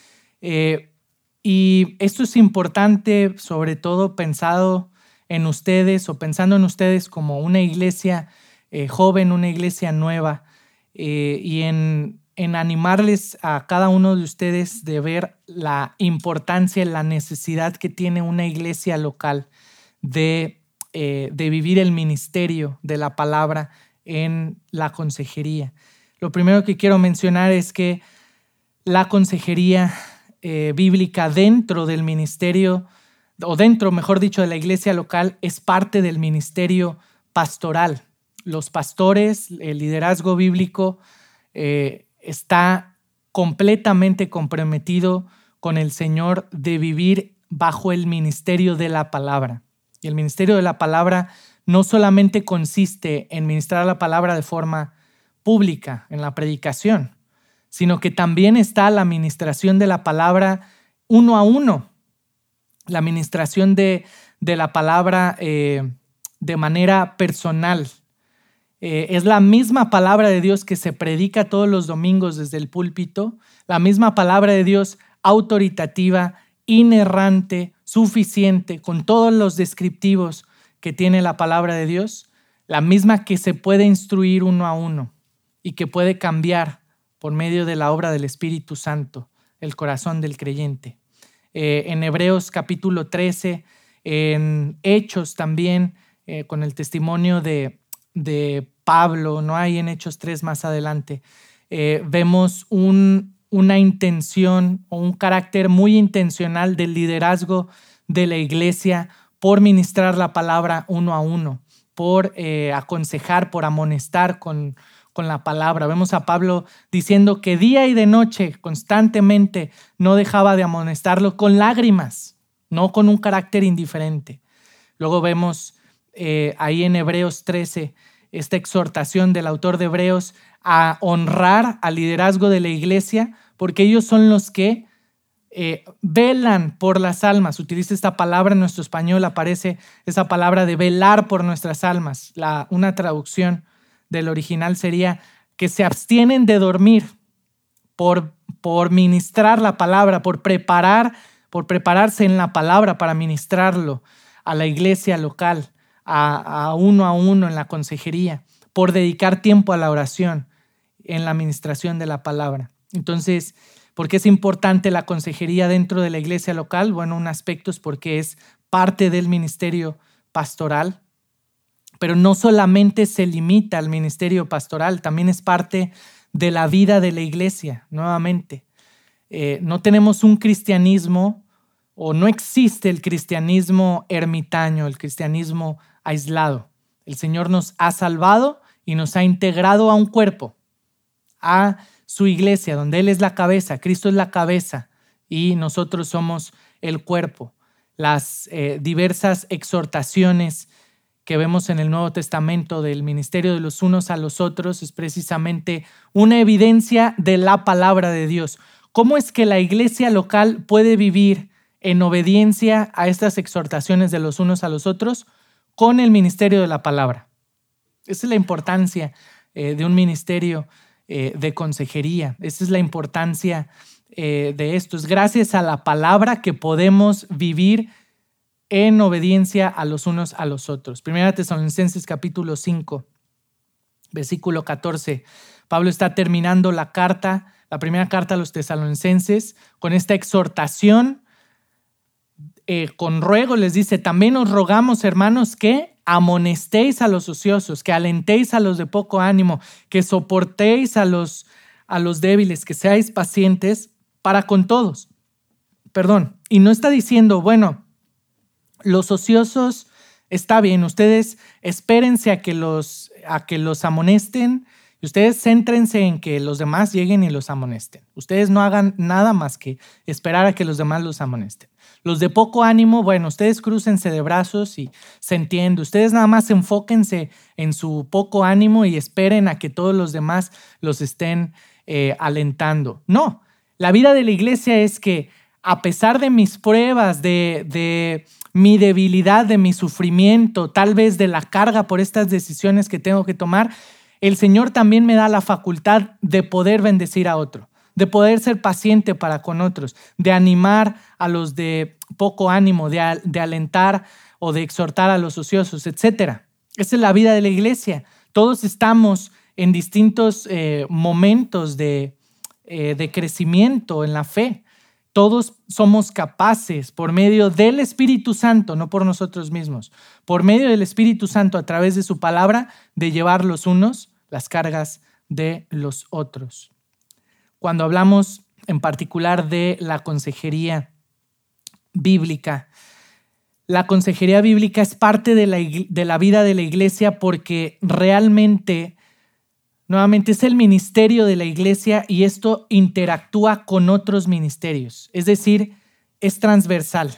Y esto es importante, sobre todo pensando en ustedes como una iglesia joven, una iglesia nueva, y en animarles a cada uno de ustedes de ver la importancia, la necesidad que tiene una iglesia local de vivir el ministerio de la palabra en la consejería. Lo primero que quiero mencionar es que la consejería bíblica dentro del ministerio, o dentro, mejor dicho, de la iglesia local, es parte del ministerio pastoral. Los pastores, el liderazgo bíblico está completamente comprometido con el Señor de vivir bajo el ministerio de la palabra. Y el ministerio de la palabra no solamente consiste en ministrar la palabra de forma pública, en la predicación, sino que también está la ministración de la palabra uno a uno, la ministración de la palabra de manera personal. Es la misma palabra de Dios que se predica todos los domingos desde el púlpito, la misma palabra de Dios autoritativa, inerrante, suficiente, con todos los descriptivos que tiene la palabra de Dios, la misma que se puede instruir uno a uno y que puede cambiar por medio de la obra del Espíritu Santo el corazón del creyente. En Hebreos capítulo 13, en Hechos también, con el testimonio de Pablo, no hay en Hechos 3 más adelante, vemos una intención o un carácter muy intencional del liderazgo de la iglesia por ministrar la palabra uno a uno, por aconsejar, por amonestar con la palabra. Vemos a Pablo diciendo que día y de noche constantemente no dejaba de amonestarlo con lágrimas, no con un carácter indiferente. Luego vemos ahí en Hebreos 13 esta exhortación del autor de Hebreos a honrar al liderazgo de la iglesia, porque ellos son los que velan por las almas. Utiliza esta palabra en nuestro español, aparece esa palabra de velar por nuestras almas. Una traducción del original sería que se abstienen de dormir por ministrar la palabra, por prepararse en la palabra para ministrarlo a la iglesia local, a uno en la consejería, por dedicar tiempo a la oración en la administración de la palabra. Entonces, ¿por qué es importante la consejería dentro de la iglesia local? Bueno, un aspecto es porque es parte del ministerio pastoral, pero no solamente se limita al ministerio pastoral, también es parte de la vida de la iglesia, nuevamente. No tenemos un cristianismo, o no existe el cristianismo ermitaño, el cristianismo aislado. El Señor nos ha salvado y nos ha integrado a un cuerpo, a su iglesia, donde Él es la cabeza, Cristo es la cabeza y nosotros somos el cuerpo. Las diversas exhortaciones que vemos en el Nuevo Testamento del ministerio de los unos a los otros es precisamente una evidencia de la palabra de Dios. ¿Cómo es que la iglesia local puede vivir en obediencia a estas exhortaciones de los unos a los otros? Con el ministerio de la palabra. Esa es la importancia de un ministerio de consejería. Esa es la importancia de esto. Es gracias a la palabra que podemos vivir en obediencia a los unos a los otros. Primera Tesalonicenses capítulo 5, versículo 14. Pablo está terminando la primera carta a los tesalonicenses con esta exhortación. Con ruego les dice: también os rogamos, hermanos, que amonestéis a los ociosos, que alentéis a los de poco ánimo, que soportéis a los débiles, que seáis pacientes para con todos. Y no está diciendo, bueno, los ociosos está bien, ustedes espérense a que los amonesten y ustedes céntrense en que los demás lleguen y los amonesten. Ustedes no hagan nada más que esperar a que los demás los amonesten. Los de poco ánimo, bueno, ustedes crúcense de brazos y se entiende. Ustedes nada más enfóquense en su poco ánimo y esperen a que todos los demás los estén alentando. No, la vida de la iglesia es que a pesar de mis pruebas, de mi debilidad, de mi sufrimiento, tal vez de la carga por estas decisiones que tengo que tomar, el Señor también me da la facultad de poder bendecir a otro, de poder ser paciente para con otros, de animar a los de poco ánimo, de alentar o de exhortar a los ociosos, etc. Esa es la vida de la iglesia. Todos estamos en distintos momentos de crecimiento en la fe. Todos somos capaces, por medio del Espíritu Santo, no por nosotros mismos, por medio del Espíritu Santo, a través de su palabra, de llevar los unos las cargas de los otros. Cuando hablamos en particular de la consejería bíblica, la consejería bíblica es parte de la vida de la iglesia porque realmente, nuevamente, es el ministerio de la iglesia y esto interactúa con otros ministerios, es decir, es transversal.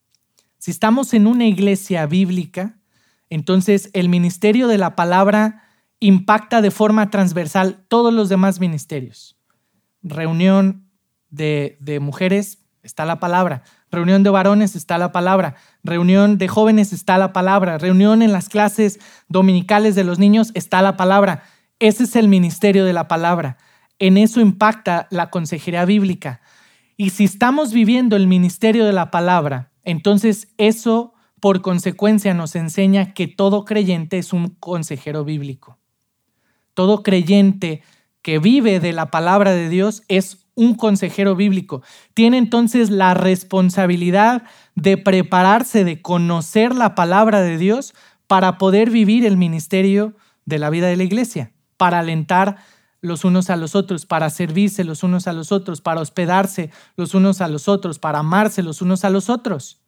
Si estamos en una iglesia bíblica, entonces el ministerio de la palabra impacta de forma transversal todos los demás ministerios. Reunión de mujeres, está la palabra. Reunión de varones, está la palabra. Reunión de jóvenes, está la palabra. Reunión en las clases dominicales de los niños, está la palabra. Ese es el ministerio de la palabra. En eso impacta la consejería bíblica. Y si estamos viviendo el ministerio de la palabra, entonces eso por consecuencia nos enseña que todo creyente es un consejero bíblico. Todo creyente que vive de la palabra de Dios es un consejero bíblico. Tiene entonces la responsabilidad de prepararse, de conocer la palabra de Dios para poder vivir el ministerio de la vida de la iglesia, para alentar los unos a los otros, para servirse los unos a los otros, para hospedarse los unos a los otros, para amarse los unos a los otros.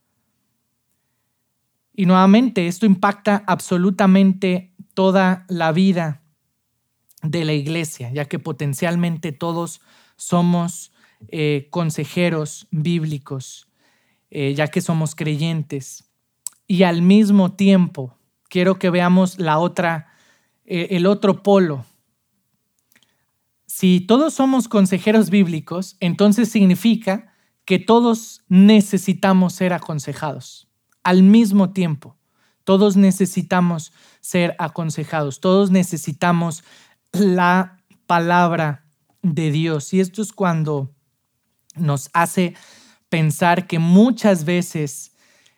Y nuevamente, esto impacta absolutamente toda la vida de la iglesia, ya que potencialmente todos somos consejeros bíblicos, ya que somos creyentes. Y al mismo tiempo, quiero que veamos el otro polo. Si todos somos consejeros bíblicos, entonces significa que todos necesitamos ser aconsejados. Al mismo tiempo, todos necesitamos ser aconsejados, todos necesitamos la palabra de Dios. Y esto es cuando nos hace pensar que muchas veces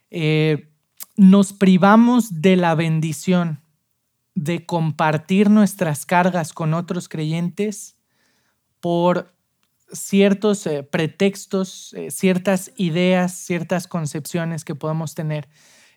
nos privamos de la bendición de compartir nuestras cargas con otros creyentes por ciertos pretextos, ciertas ideas, ciertas concepciones que podemos tener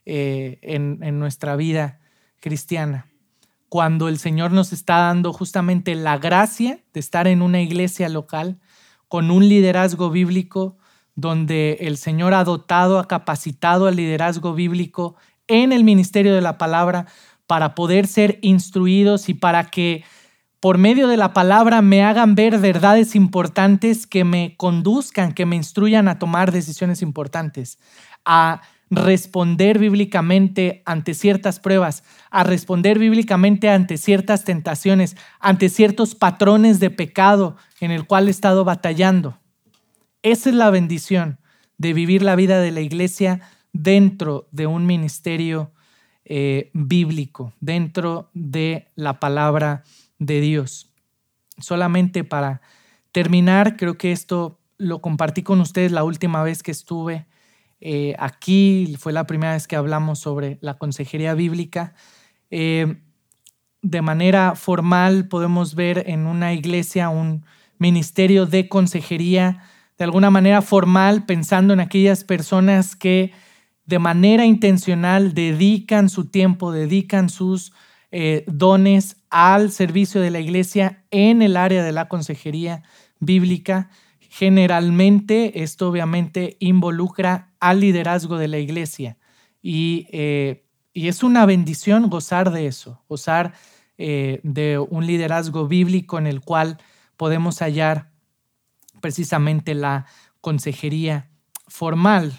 en nuestra vida cristiana. Cuando el Señor nos está dando justamente la gracia de estar en una iglesia local con un liderazgo bíblico, donde el Señor ha dotado, ha capacitado al liderazgo bíblico en el ministerio de la palabra para poder ser instruidos y para que por medio de la palabra me hagan ver verdades importantes que me conduzcan, que me instruyan a tomar decisiones importantes, a responder bíblicamente ante ciertas pruebas, a responder bíblicamente ante ciertas tentaciones, ante ciertos patrones de pecado en el cual he estado batallando. Esa es la bendición de vivir la vida de la iglesia dentro de un ministerio bíblico, dentro de la palabra de Dios. Solamente para terminar, creo que esto lo compartí con ustedes la última vez que estuve aquí, fue la primera vez que hablamos sobre la consejería bíblica. De manera formal podemos ver en una iglesia un ministerio de consejería, de alguna manera formal, pensando en aquellas personas que de manera intencional dedican su tiempo, dedican sus dones al servicio de la iglesia en el área de la consejería bíblica. Generalmente esto obviamente involucra al liderazgo de la iglesia y es una bendición gozar de eso, gozar de un liderazgo bíblico en el cual podemos hallar precisamente la consejería formal.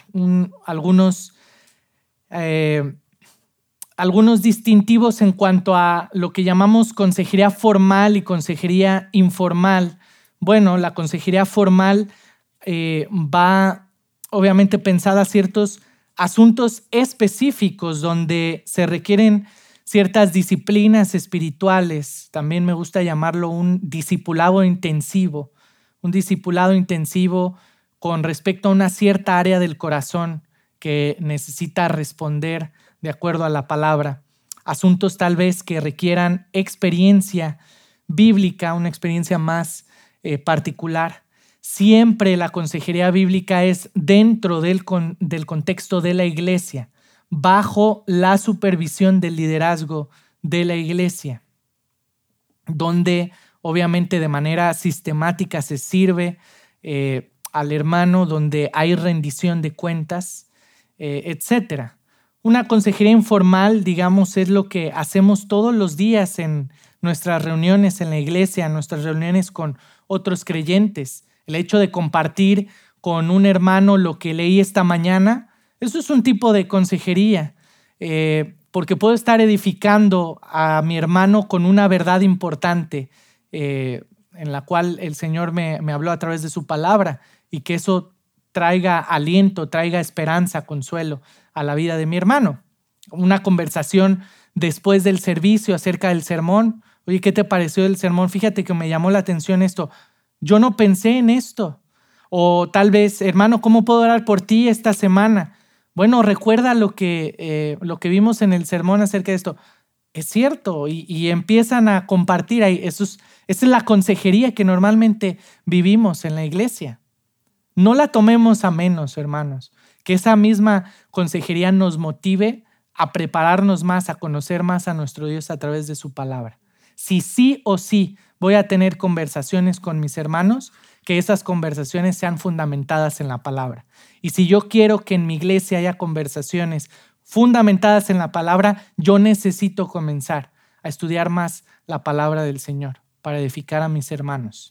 Algunos distintivos en cuanto a lo que llamamos consejería formal y consejería informal. Bueno, la consejería formal va obviamente pensada a ciertos asuntos específicos donde se requieren ciertas disciplinas espirituales. También me gusta llamarlo un discipulado intensivo con respecto a una cierta área del corazón que necesita responder de acuerdo a la palabra. Asuntos tal vez que requieran experiencia bíblica, una experiencia más particular. Siempre la consejería bíblica es dentro del contexto de la iglesia, bajo la supervisión del liderazgo de la iglesia, donde obviamente de manera sistemática se sirve al hermano, donde hay rendición de cuentas, etc. Una consejería informal, digamos, es lo que hacemos todos los días en nuestras reuniones en la iglesia, en nuestras reuniones con otros creyentes. El hecho de compartir con un hermano lo que leí esta mañana, eso es un tipo de consejería, porque puedo estar edificando a mi hermano con una verdad importante en la cual el Señor me habló a través de su palabra y que eso traiga aliento, traiga esperanza, consuelo a la vida de mi hermano. Una conversación después del servicio acerca del sermón. Oye, ¿qué te pareció el sermón? Fíjate que me llamó la atención esto. Yo no pensé en esto. O tal vez, hermano, ¿cómo puedo orar por ti esta semana? Bueno, recuerda lo que vimos en el sermón acerca de esto. Es cierto, y empiezan a compartir ahí. Esa es la consejería que normalmente vivimos en la iglesia. No la tomemos a menos, hermanos. Que esa misma consejería nos motive a prepararnos más, a conocer más a nuestro Dios a través de su palabra. Si sí o sí voy a tener conversaciones con mis hermanos, que esas conversaciones sean fundamentadas en la palabra. Y si yo quiero que en mi iglesia haya conversaciones fundamentadas en la palabra, yo necesito comenzar a estudiar más la palabra del Señor para edificar a mis hermanos.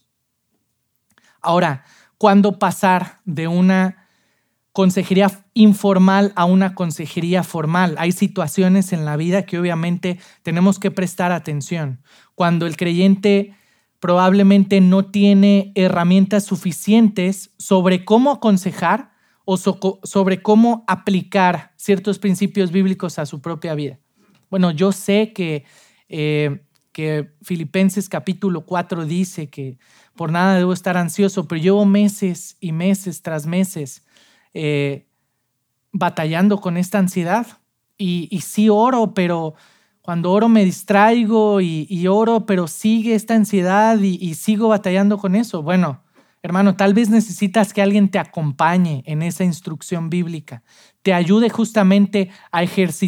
Ahora, ¿cuándo pasar de una consejería informal a una consejería formal? Hay situaciones en la vida que obviamente tenemos que prestar atención. Cuando el creyente probablemente no tiene herramientas suficientes sobre cómo aconsejar o sobre cómo aplicar ciertos principios bíblicos a su propia vida. Bueno, yo sé que Filipenses capítulo 4 dice que por nada debo estar ansioso, pero llevo meses y meses tras meses batallando con esta ansiedad. Y sí oro, pero cuando oro me distraigo y oro, pero sigue esta ansiedad y sigo batallando con eso. Bueno, hermano, tal vez necesitas que alguien te acompañe en esa instrucción bíblica, te ayude justamente a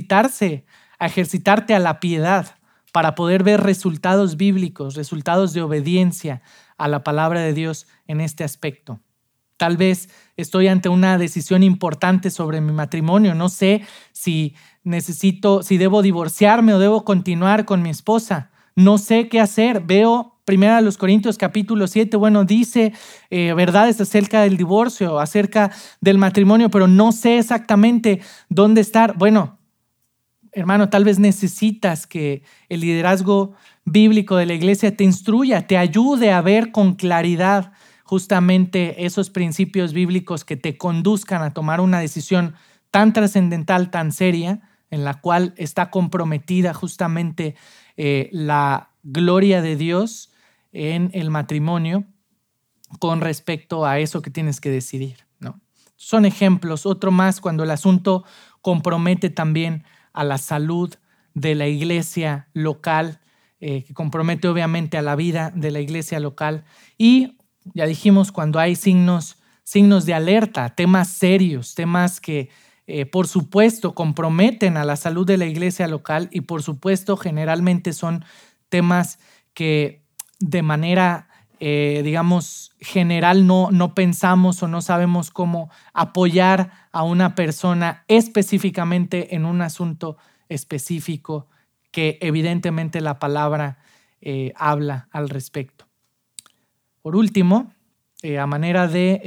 ejercitarte a la piedad para poder ver resultados bíblicos, resultados de obediencia a la palabra de Dios en este aspecto. Tal vez estoy ante una decisión importante sobre mi matrimonio. No sé si debo divorciarme o debo continuar con mi esposa. No sé qué hacer. Veo 1 Corintios capítulo 7, dice verdades acerca del divorcio, acerca del matrimonio, pero no sé exactamente dónde estar. Bueno, hermano, tal vez necesitas que el liderazgo bíblico de la iglesia te instruya, te ayude a ver con claridad justamente esos principios bíblicos que te conduzcan a tomar una decisión tan trascendental, tan seria, en la cual está comprometida justamente la gloria de Dios en el matrimonio con respecto a eso que tienes que decidir, ¿no? Son ejemplos. Otro más cuando el asunto compromete también a la salud de la iglesia local, que compromete obviamente a la vida de la iglesia local. Y ya dijimos, cuando hay signos de alerta, temas serios, temas que por supuesto comprometen a la salud de la iglesia local y por supuesto generalmente son temas que de manera general no pensamos o no sabemos cómo apoyar a una persona específicamente en un asunto específico que evidentemente la palabra habla al respecto. Por último, a manera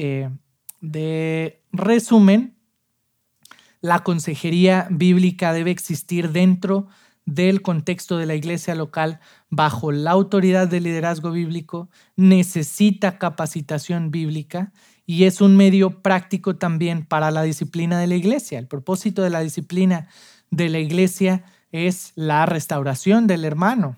de resumen, la consejería bíblica debe existir dentro del contexto de la iglesia local bajo la autoridad del liderazgo bíblico, necesita capacitación bíblica y es un medio práctico también para la disciplina de la iglesia. El propósito de la disciplina de la iglesia es la restauración del hermano,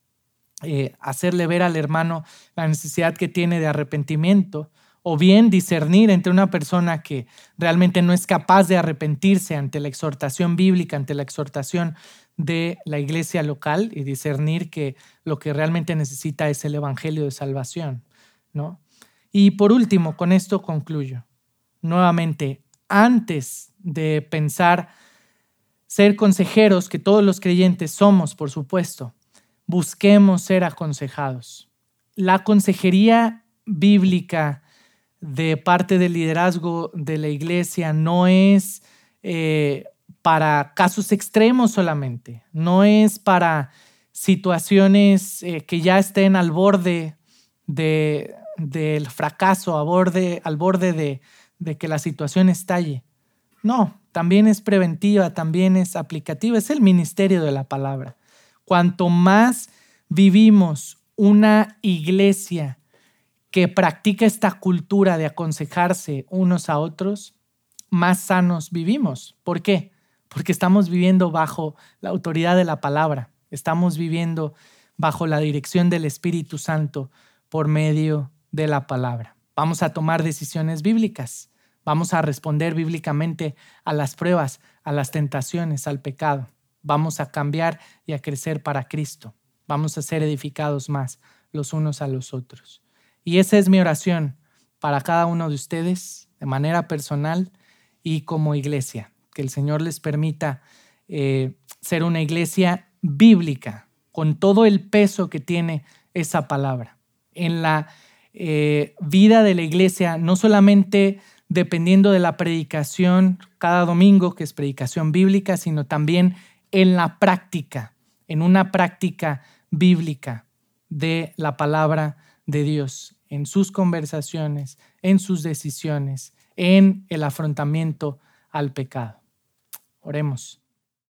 hacerle ver al hermano la necesidad que tiene de arrepentimiento, o bien discernir entre una persona que realmente no es capaz de arrepentirse ante la exhortación bíblica, ante la exhortación de la iglesia local, y discernir que lo que realmente necesita es el evangelio de salvación, ¿no? Y por último, con esto concluyo. Nuevamente, antes de pensar ser consejeros, que todos los creyentes somos, por supuesto, busquemos ser aconsejados. La consejería bíblica de parte del liderazgo de la iglesia no es para casos extremos solamente, no es para situaciones que ya estén al borde del fracaso, al borde de que la situación estalle. No, también es preventiva, también es aplicativa, es el ministerio de la palabra. Cuanto más vivimos una iglesia que practica esta cultura de aconsejarse unos a otros, más sanos vivimos. ¿Por qué? Porque estamos viviendo bajo la autoridad de la palabra, estamos viviendo bajo la dirección del Espíritu Santo por medio de la palabra. Vamos a tomar decisiones bíblicas, vamos a responder bíblicamente a las pruebas, a las tentaciones, al pecado. Vamos a cambiar y a crecer para Cristo. Vamos a ser edificados más los unos a los otros. Y esa es mi oración para cada uno de ustedes de manera personal y como iglesia. Que el Señor les permita ser una iglesia bíblica con todo el peso que tiene esa palabra. En la vida de la iglesia, no solamente dependiendo de la predicación cada domingo, que es predicación bíblica, sino también en la práctica, en una práctica bíblica de la palabra de Dios, en sus conversaciones, en sus decisiones, en el afrontamiento al pecado. Oremos.